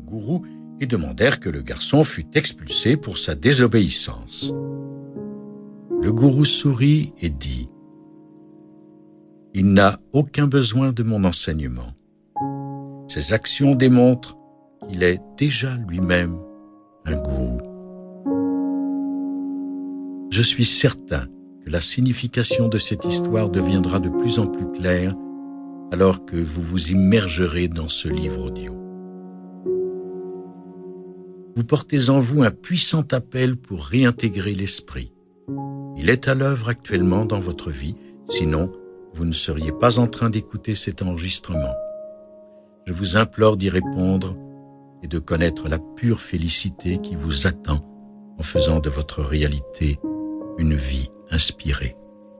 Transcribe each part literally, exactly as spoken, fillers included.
gourou et demandèrent que le garçon fût expulsé pour sa désobéissance. Le gourou sourit et dit « Il n'a aucun besoin de mon enseignement. Ses actions démontrent qu'il est déjà lui-même un gourou. » Je suis certain que la signification de cette histoire deviendra de plus en plus claire alors que vous vous immergerez dans ce livre audio. Vous portez en vous un puissant appel pour réintégrer l'esprit. Il est à l'œuvre actuellement dans votre vie, sinon vous ne seriez pas en train d'écouter cet enregistrement. Je vous implore d'y répondre et de connaître la pure félicité qui vous attend en faisant de votre réalité une vie inspirée.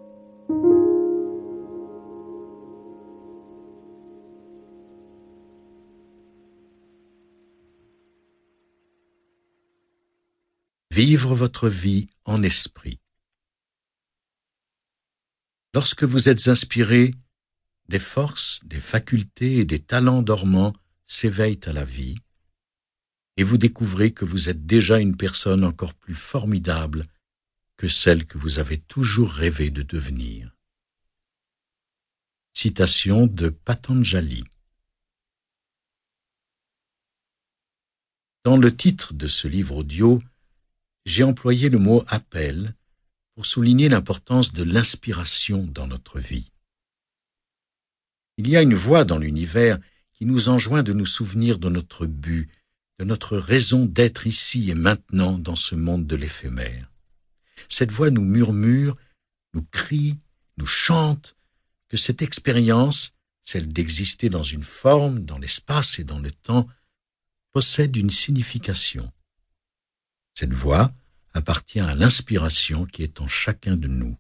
Vivre votre vie en esprit. Lorsque vous êtes inspiré, des forces, des facultés et des talents dormants s'éveillent à la vie et vous découvrez que vous êtes déjà une personne encore plus formidable que celle que vous avez toujours rêvé de devenir. Citation de Patanjali. Dans le titre de ce livre audio, j'ai employé le mot « appel » pour souligner l'importance de l'inspiration dans notre vie. Il y a une voix dans l'univers qui nous enjoint de nous souvenir de notre but, de notre raison d'être ici et maintenant dans ce monde de l'éphémère. Cette voix nous murmure, nous crie, nous chante que cette expérience, celle d'exister dans une forme, dans l'espace et dans le temps, possède une signification. Cette voix appartient à l'inspiration qui est en chacun de nous.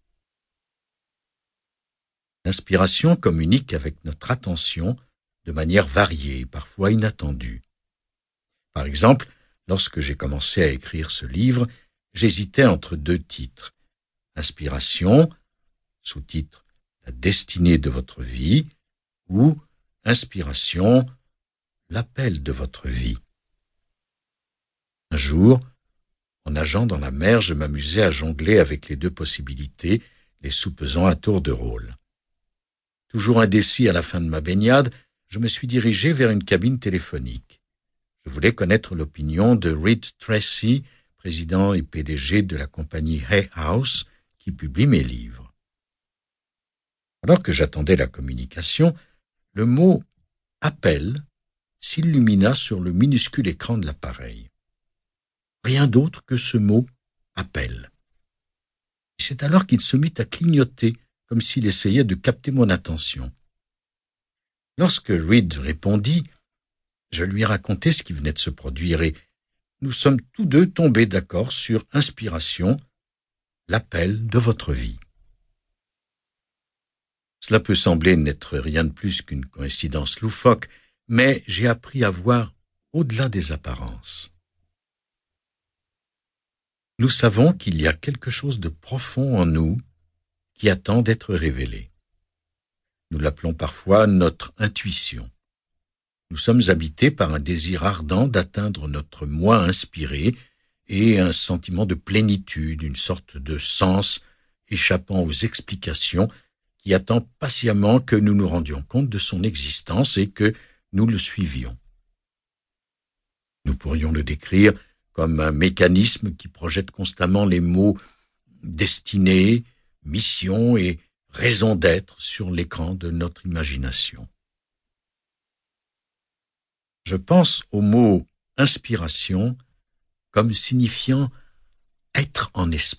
L'inspiration communique avec notre attention de manière variée et parfois inattendue. Par exemple, lorsque j'ai commencé à écrire ce livre, j'hésitais entre deux titres. Inspiration, sous-titre « La destinée de votre vie » ou Inspiration, l'appel de votre vie. Un jour, en nageant dans la mer, je m'amusais à jongler avec les deux possibilités, les soupesant à tour de rôle. Toujours indécis à la fin de ma baignade, je me suis dirigé vers une cabine téléphonique. Je voulais connaître l'opinion de Reed Tracy, président et P D G de la compagnie Hay House, qui publie mes livres. Alors que j'attendais la communication, le mot « appel » s'illumina sur le minuscule écran de l'appareil. Rien d'autre que ce mot « appel ». C'est alors qu'il se mit à clignoter, comme s'il essayait de capter mon attention. Lorsque Reed répondit, je lui ai raconté ce qui venait de se produire et nous sommes tous deux tombés d'accord sur inspiration, l'appel de votre vie. Cela peut sembler n'être rien de plus qu'une coïncidence loufoque, mais j'ai appris à voir au-delà des apparences. Nous savons qu'il y a quelque chose de profond en nous qui attend d'être révélé. Nous l'appelons parfois notre intuition. Nous sommes habités par un désir ardent d'atteindre notre moi inspiré et un sentiment de plénitude, une sorte de sens échappant aux explications qui attend patiemment que nous nous rendions compte de son existence et que nous le suivions. Nous pourrions le décrire comme un mécanisme qui projette constamment les mots « destinée », « mission » et « raison d'être » sur l'écran de notre imagination. Je pense au mot « inspiration » comme signifiant « être en esprit ».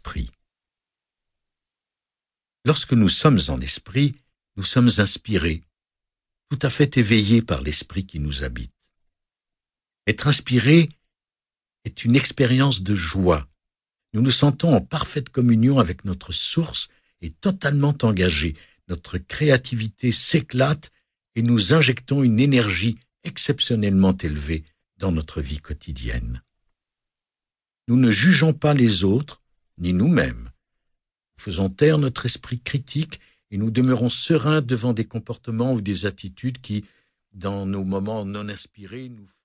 Lorsque nous sommes en esprit, nous sommes inspirés, tout à fait éveillés par l'esprit qui nous habite. Être inspiré est une expérience de joie. Nous nous sentons en parfaite communion avec notre source et totalement engagés. Notre créativité s'éclate et nous injectons une énergie exceptionnellement élevée dans notre vie quotidienne. Nous ne jugeons pas les autres, ni nous-mêmes. Nous faisons taire notre esprit critique et nous demeurons sereins devant des comportements ou des attitudes qui, dans nos moments non inspirés, nous